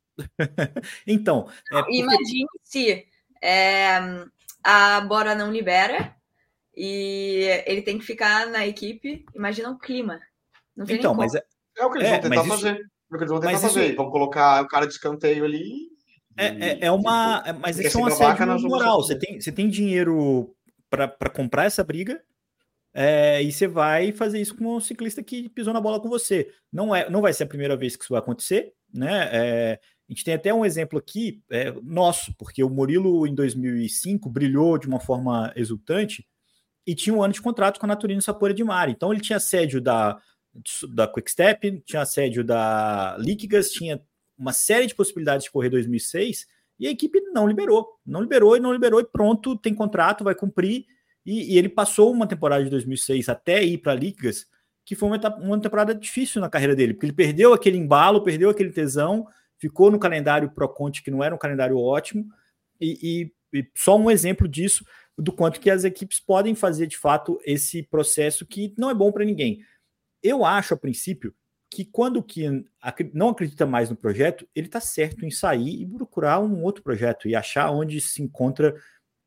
Então, é porque. Imagine se é, a Bora não libera e ele tem que ficar na equipe. Imagina o clima. Não tem nem Então, como. mas é, É o que eles vão é, tentar mas isso, fazer. É o que eles vão tentar mas fazer. E isso vão colocar o cara de escanteio ali É, é, é e, uma. tipo, é- Mas você quer isso é ser um babaca, assédio nós vamos ser moral. Você também. tem, você tem dinheiro para comprar essa briga, é, e você vai fazer isso com um ciclista que pisou na bola com você. Não, é, não vai ser a primeira vez que isso vai acontecer, né? É, a gente tem até um exemplo aqui é, nosso, porque o Murilo, em dois mil e cinco, brilhou de uma forma exultante e tinha um ano de contrato com a Naturino Sapore de Mare. Então ele tinha assédio da, da Quickstep, tinha assédio da Liquigas, tinha uma série de possibilidades de correr dois mil e seis e a equipe não liberou. Não liberou e não liberou e pronto, tem contrato, vai cumprir. E, e ele passou uma temporada de dois mil e seis até ir para a Liquigas, que foi uma, uma temporada difícil na carreira dele, porque ele perdeu aquele embalo, perdeu aquele tesão, ficou no calendário Pro Conti, que não era um calendário ótimo, e, e, e só um exemplo disso, do quanto que as equipes podem fazer de fato esse processo que não é bom para ninguém. Eu acho, a princípio, que quando o Kian não acredita mais no projeto, ele está certo em sair e procurar um outro projeto e achar onde se encontra.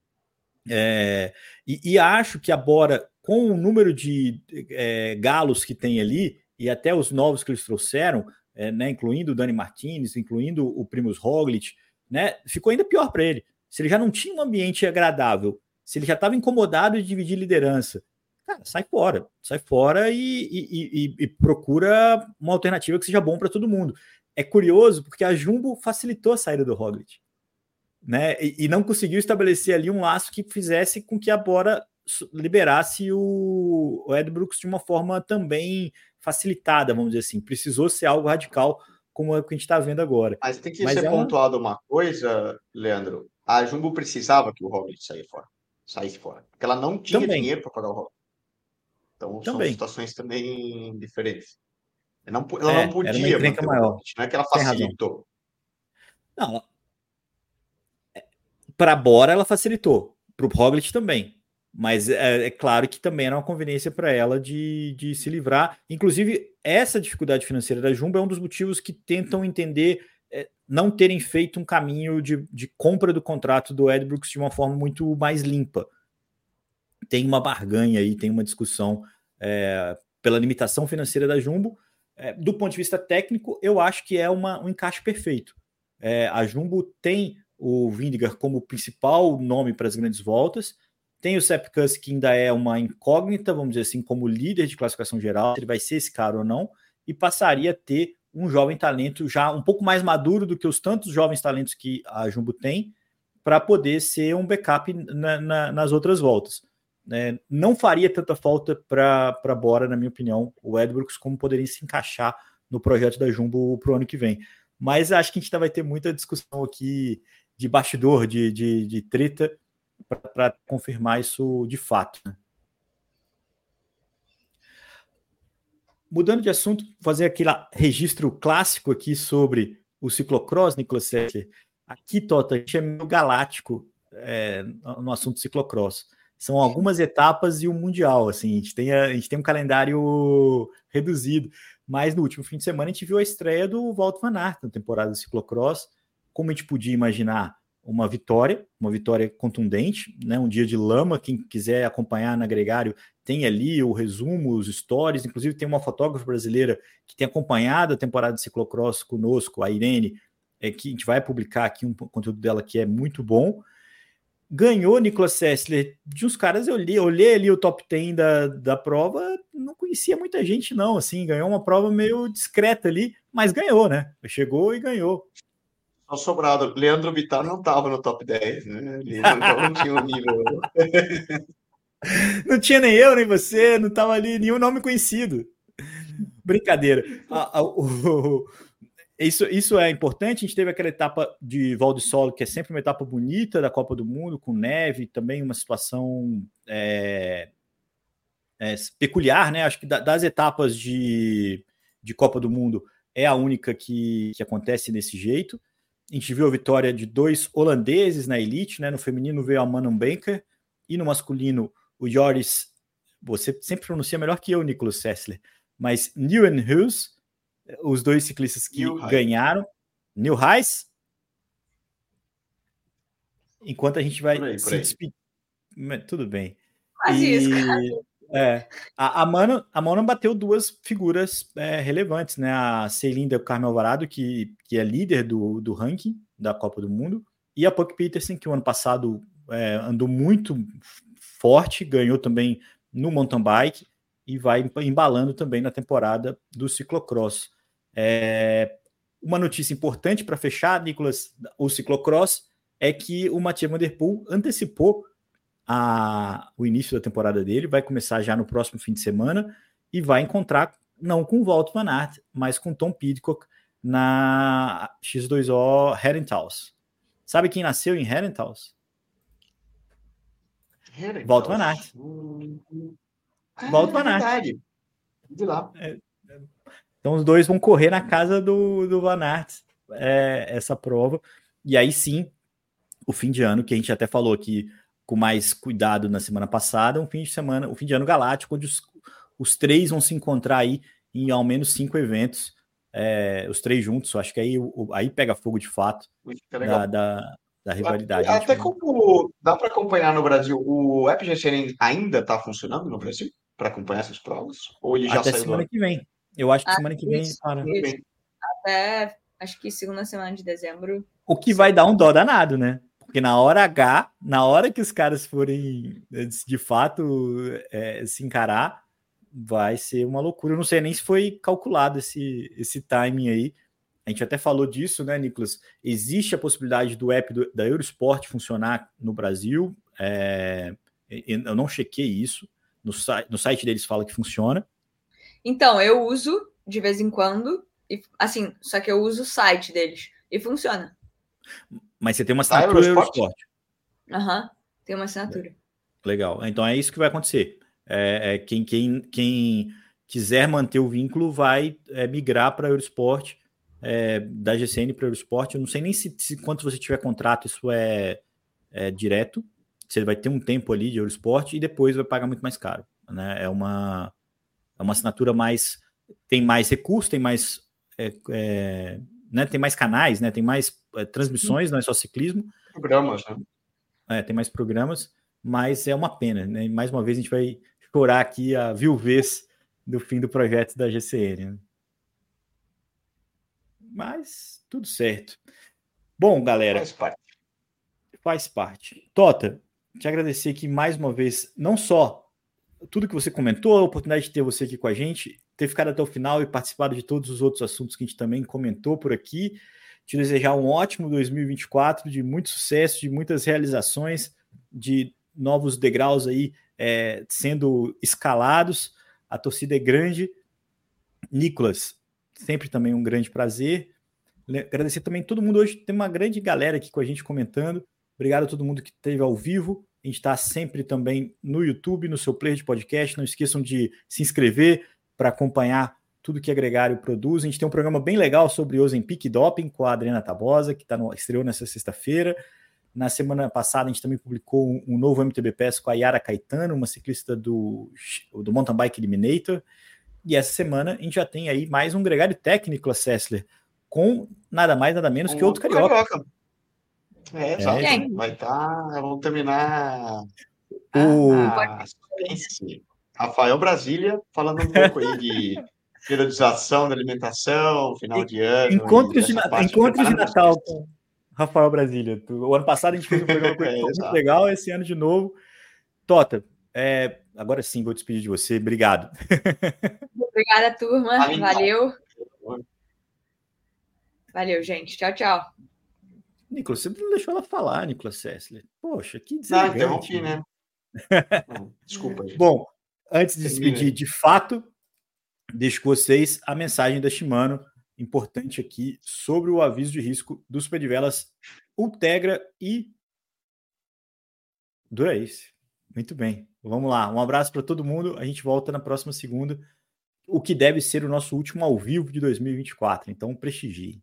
É, e, e acho que a Bora, com o número de é, galos que tem ali, e até os novos que eles trouxeram, é, né, incluindo o Dani Martinez, incluindo o Primus Roglic, né, ficou ainda pior para ele. Se ele já não tinha um ambiente agradável, se ele já estava incomodado de dividir liderança, cara, sai fora, sai fora e, e, e, e procura uma alternativa que seja bom para todo mundo. É curioso porque a Jumbo facilitou a saída do Roglic, né? E, e não conseguiu estabelecer ali um laço que fizesse com que a Bora liberasse o, o Ed Brooks de uma forma também facilitada, vamos dizer assim. Precisou ser algo radical, como é o que a gente está vendo agora. Mas tem que Mas ser é uma. pontuado uma coisa, Leandro. A Jumbo precisava que o Roglic saísse fora. Saísse fora. Porque ela não tinha Também, dinheiro para pagar o Roglic. Então são também. situações também diferentes. Ela não, ela não É, era uma podia encrenca manter o maior. Roglic. Não é que ela Tem razão. facilitou. Não, para a Bora ela facilitou, para o Roglic também. Mas é, é, claro que também era uma conveniência para ela de, de se livrar. Inclusive, essa dificuldade financeira da Jumbo é um dos motivos que tentam entender é, não terem feito um caminho de, de compra do contrato do Ed Brooks de uma forma muito mais limpa. Tem uma barganha aí, tem uma discussão é, pela limitação financeira da Jumbo. É, do ponto de vista técnico, eu acho que é uma, um encaixe perfeito. É, a Jumbo tem o Vingegaard como principal nome para as grandes voltas, tem o Sepp Kuss, que ainda é uma incógnita, vamos dizer assim, como líder de classificação geral, se ele vai ser esse cara ou não, e passaria a ter um jovem talento já um pouco mais maduro do que os tantos jovens talentos que a Jumbo tem, para poder ser um backup na, na, nas outras voltas. É, não faria tanta falta para Bora, na minha opinião, o Ed Brooks, como poderia se encaixar no projeto da Jumbo para o ano que vem. Mas acho que a gente ainda vai ter muita discussão aqui de bastidor, de, de, de treta, para confirmar isso de fato. Né? Mudando de assunto, fazer aquele registro clássico aqui sobre o ciclocross, Nicolas Sessler. Aqui, Tota, a gente é meio galáctico é, no assunto ciclocross. São algumas etapas e o Mundial. Assim, a, gente tem a, a gente tem um calendário reduzido. Mas no último fim de semana a gente viu a estreia do Wout van Aert na temporada do ciclocross. Como a gente podia imaginar, uma vitória, uma vitória contundente, né? Um dia de lama. Quem quiser acompanhar na Gregário tem ali o resumo, os stories. Inclusive tem uma fotógrafa brasileira que tem acompanhado a temporada de ciclocross conosco, a Irene, é, que a gente vai publicar aqui um conteúdo dela que é muito bom. Ganhou Nicolas Sessler de uns caras, eu li, olhei ali o top dez da, da prova, não conhecia muita gente não, assim, ganhou uma prova meio discreta ali, mas ganhou, né? Chegou e ganhou. Só sobrado, Leandro Bittar não estava no top dez, né? Ele não, não tinha um nível. Não tinha nem eu, nem você, não estava ali nenhum nome conhecido. Brincadeira. A, a, o, Isso, isso é importante. A gente teve aquela etapa de Val di Sole, que é sempre uma etapa bonita da Copa do Mundo, com neve, também uma situação é, é, peculiar, né? Acho que das etapas de, de Copa do Mundo é a única que, que acontece desse jeito. A gente viu a vitória de dois holandeses na elite, né? No feminino veio a Manon Benker e no masculino o Joris, você sempre pronuncia melhor que eu, Nicolas Sessler, mas Nieuwenhuis, os dois ciclistas que New ganharam. Nieuwenhuis. Enquanto a gente vai aí, se despedir. Tudo bem. Quase e, isso, cara. É, a, a, Mano, a Mano bateu duas figuras é, relevantes, né? A Celinda Carmel Alvarado, que, que é líder do, do ranking da Copa do Mundo, e a Puck Peterson, que o ano passado é, andou muito forte, ganhou também no mountain bike e vai embalando também na temporada do ciclocross. É, uma notícia importante para fechar, Nicolas, o ciclocross, é que o Mathieu Van Der Poel antecipou a, o início da temporada dele, vai começar já no próximo fim de semana e vai encontrar, não com o Wout van Aert, mas com Tom Pidcock na X dois O Herentals. Sabe quem nasceu em Herentals? Wout van Aert. Hum... Ah, Wout van é Aert. verdade. De lá. É, então os dois vão correr na casa do, do Van Aert, é, essa prova, e aí sim, o fim de ano, que a gente até falou aqui com mais cuidado na semana passada, um fim de semana, um fim de ano galáctico, onde os, os três vão se encontrar aí em ao menos cinco eventos, é, os três juntos. Acho que aí, o, aí pega fogo de fato da, da, da rivalidade. Até como dá para acompanhar no Brasil, o App G C N ainda está funcionando no Brasil para acompanhar essas provas? Ou ele já Até saiu semana do... que vem. Eu acho que ah, semana que vem isso, para. Isso. Até acho que segunda semana de dezembro. O que vai dar um dó danado, né? Porque na hora H, na hora que os caras forem de fato é, se encarar, vai ser uma loucura. Eu não sei nem se foi calculado esse, esse timing aí. A gente até falou disso, né, Nicolas? Existe a possibilidade do app do, da Eurosport funcionar no Brasil. É, eu não chequei isso. No, no site deles fala que funciona. Então, eu uso de vez em quando. E, assim, só que eu uso o site deles. E funciona. Mas você tem uma assinatura ah, Eurosport. Aham, uhum, tem uma assinatura. Legal. Então é isso que vai acontecer. É, é, quem, quem, quem quiser manter o vínculo vai é, migrar para a Eurosport, é, da G C N para a Eurosport. Eu não sei nem se, se quanto você tiver contrato, isso é, é direto. Você vai ter um tempo ali de Eurosport e depois vai pagar muito mais caro. Né? É, uma, é uma assinatura mais... Tem mais recursos, tem mais... É, é, né, tem mais canais, né, tem mais é, transmissões, não é só ciclismo. Programas, né? É, tem mais programas, mas é uma pena, né? E mais uma vez a gente vai chorar aqui a viuvez do fim do projeto da G C N. Né? Mas tudo certo. Bom, galera. Faz parte. Faz parte. Tota, te agradecer aqui mais uma vez, não só tudo que você comentou, a oportunidade de ter você aqui com a gente, ter ficado até o final e participado de todos os outros assuntos que a gente também comentou por aqui. Te desejar um ótimo dois mil e vinte e quatro, de muito sucesso, de muitas realizações, de novos degraus aí é, sendo escalados. A torcida é grande. Nicolas, sempre também um grande prazer. Agradecer também todo mundo. Hoje tem uma grande galera aqui com a gente comentando. Obrigado a todo mundo que esteve ao vivo. A gente está sempre também no YouTube, no seu player de podcast. Não esqueçam de se inscrever para acompanhar tudo que a Gregário produz. A gente tem um programa bem legal sobre Ozempic e doping com a Adriana Tabosa, que tá no, estreou nessa sexta-feira. Na semana passada, a gente também publicou um, um novo M T B Pass com a Yara Caetano, uma ciclista do, do Mountain Bike Eliminator. E essa semana, a gente já tem aí mais um Gregário técnico, Nicolas Sessler, com nada mais, nada menos um que outro carioca. carioca. É, exato. É. Vai estar... Tá, vamos terminar... O... Ah, Rafael Brasília, falando um pouco aí de... periodização da alimentação, final de ano. Encontros de, encontros de Natal com Rafael Brasília. O ano passado a gente fez um programa com ele, é, muito legal, esse ano de novo. Tota, é, agora sim vou despedir de você. Obrigado. Obrigada, turma. Valeu. Valeu, Valeu gente. Tchau, tchau. Nicolas, você não deixou ela falar, Nicolas Sessler. Poxa, que deselegante. Não, interrompi, né? Não, desculpa, gente. Bom, antes de despedir de fato, deixo com vocês a mensagem da Shimano, importante aqui, sobre o aviso de risco dos pedivelas Ultegra e Dura-Ace. Muito bem, vamos lá. Um abraço para todo mundo. A gente volta na próxima segunda, o que deve ser o nosso último ao vivo de dois mil e vinte e quatro. Então, prestigie.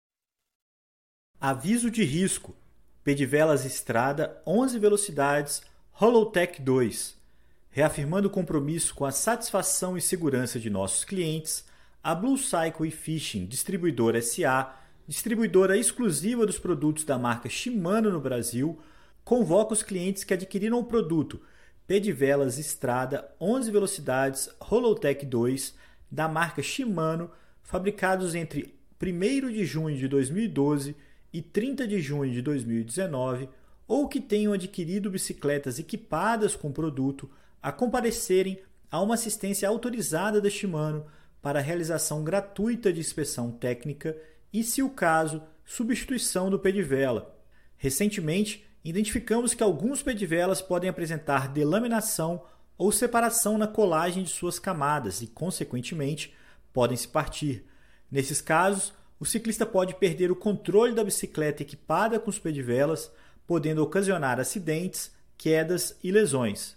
Aviso de risco. Pedivelas Estrada, onze velocidades, Holotech dois. Reafirmando o compromisso com a satisfação e segurança de nossos clientes, a Blue Cycle e Fishing Distribuidora S A, distribuidora exclusiva dos produtos da marca Shimano no Brasil, convoca os clientes que adquiriram o produto Pedivelas Estrada onze velocidades Holotech dois da marca Shimano, fabricados entre primeiro de junho de dois mil e doze e trinta de junho de dois mil e dezenove, ou que tenham adquirido bicicletas equipadas com o produto, a comparecerem a uma assistência autorizada da Shimano para a realização gratuita de inspeção técnica e, se o caso, substituição do pedivela. Recentemente, identificamos que alguns pedivelas podem apresentar delaminação ou separação na colagem de suas camadas e, consequentemente, podem se partir. Nesses casos, o ciclista pode perder o controle da bicicleta equipada com os pedivelas, podendo ocasionar acidentes, quedas e lesões.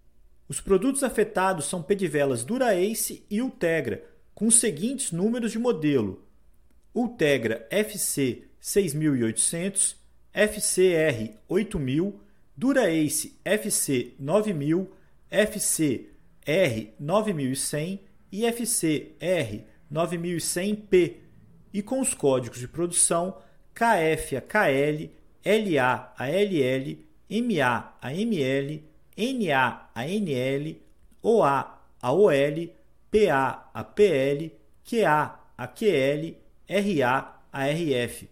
Os produtos afetados são pedivelas Dura-Ace e Ultegra, com os seguintes números de modelo: Ultegra F C seis mil e oitocentos, F C R oito mil, Dura-Ace F C nove mil, F C R nove mil e cem e F C R nove mil e cem P, e com os códigos de produção K F A K L, L A A L L, M A A M L, N A A N L, O A A O L, P A A P L, Q A A Q L, R A A R F.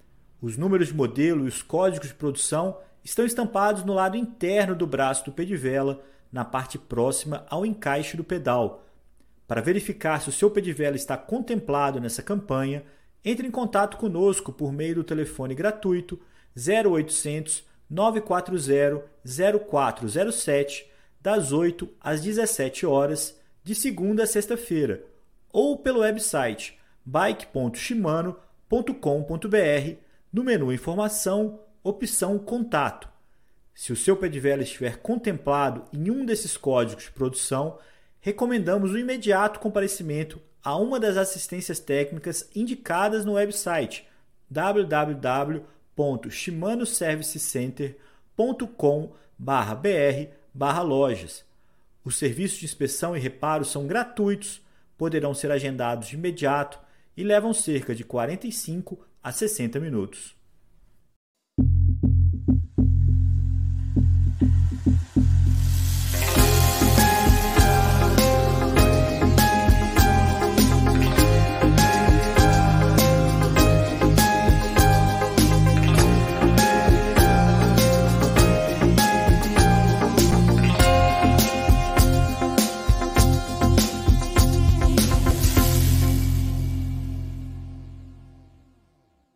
Os números de modelo e os códigos de produção estão estampados no lado interno do braço do pedivela, na parte próxima ao encaixe do pedal. Para verificar se o seu pedivela está contemplado nessa campanha, entre em contato conosco por meio do telefone gratuito zero oitocentos, nove quatro zero, zero quatro zero sete, das oito às dezessete horas, de segunda a sexta-feira, ou pelo website bike ponto shimano ponto com ponto b r, no menu Informação, opção Contato. Se o seu pedivela estiver contemplado em um desses códigos de produção, recomendamos o imediato comparecimento a uma das assistências técnicas indicadas no website w w w ponto shimano service center ponto com barra b r barra lojas. Os serviços de inspeção e reparo são gratuitos, poderão ser agendados de imediato e levam cerca de quarenta e cinco a sessenta minutos.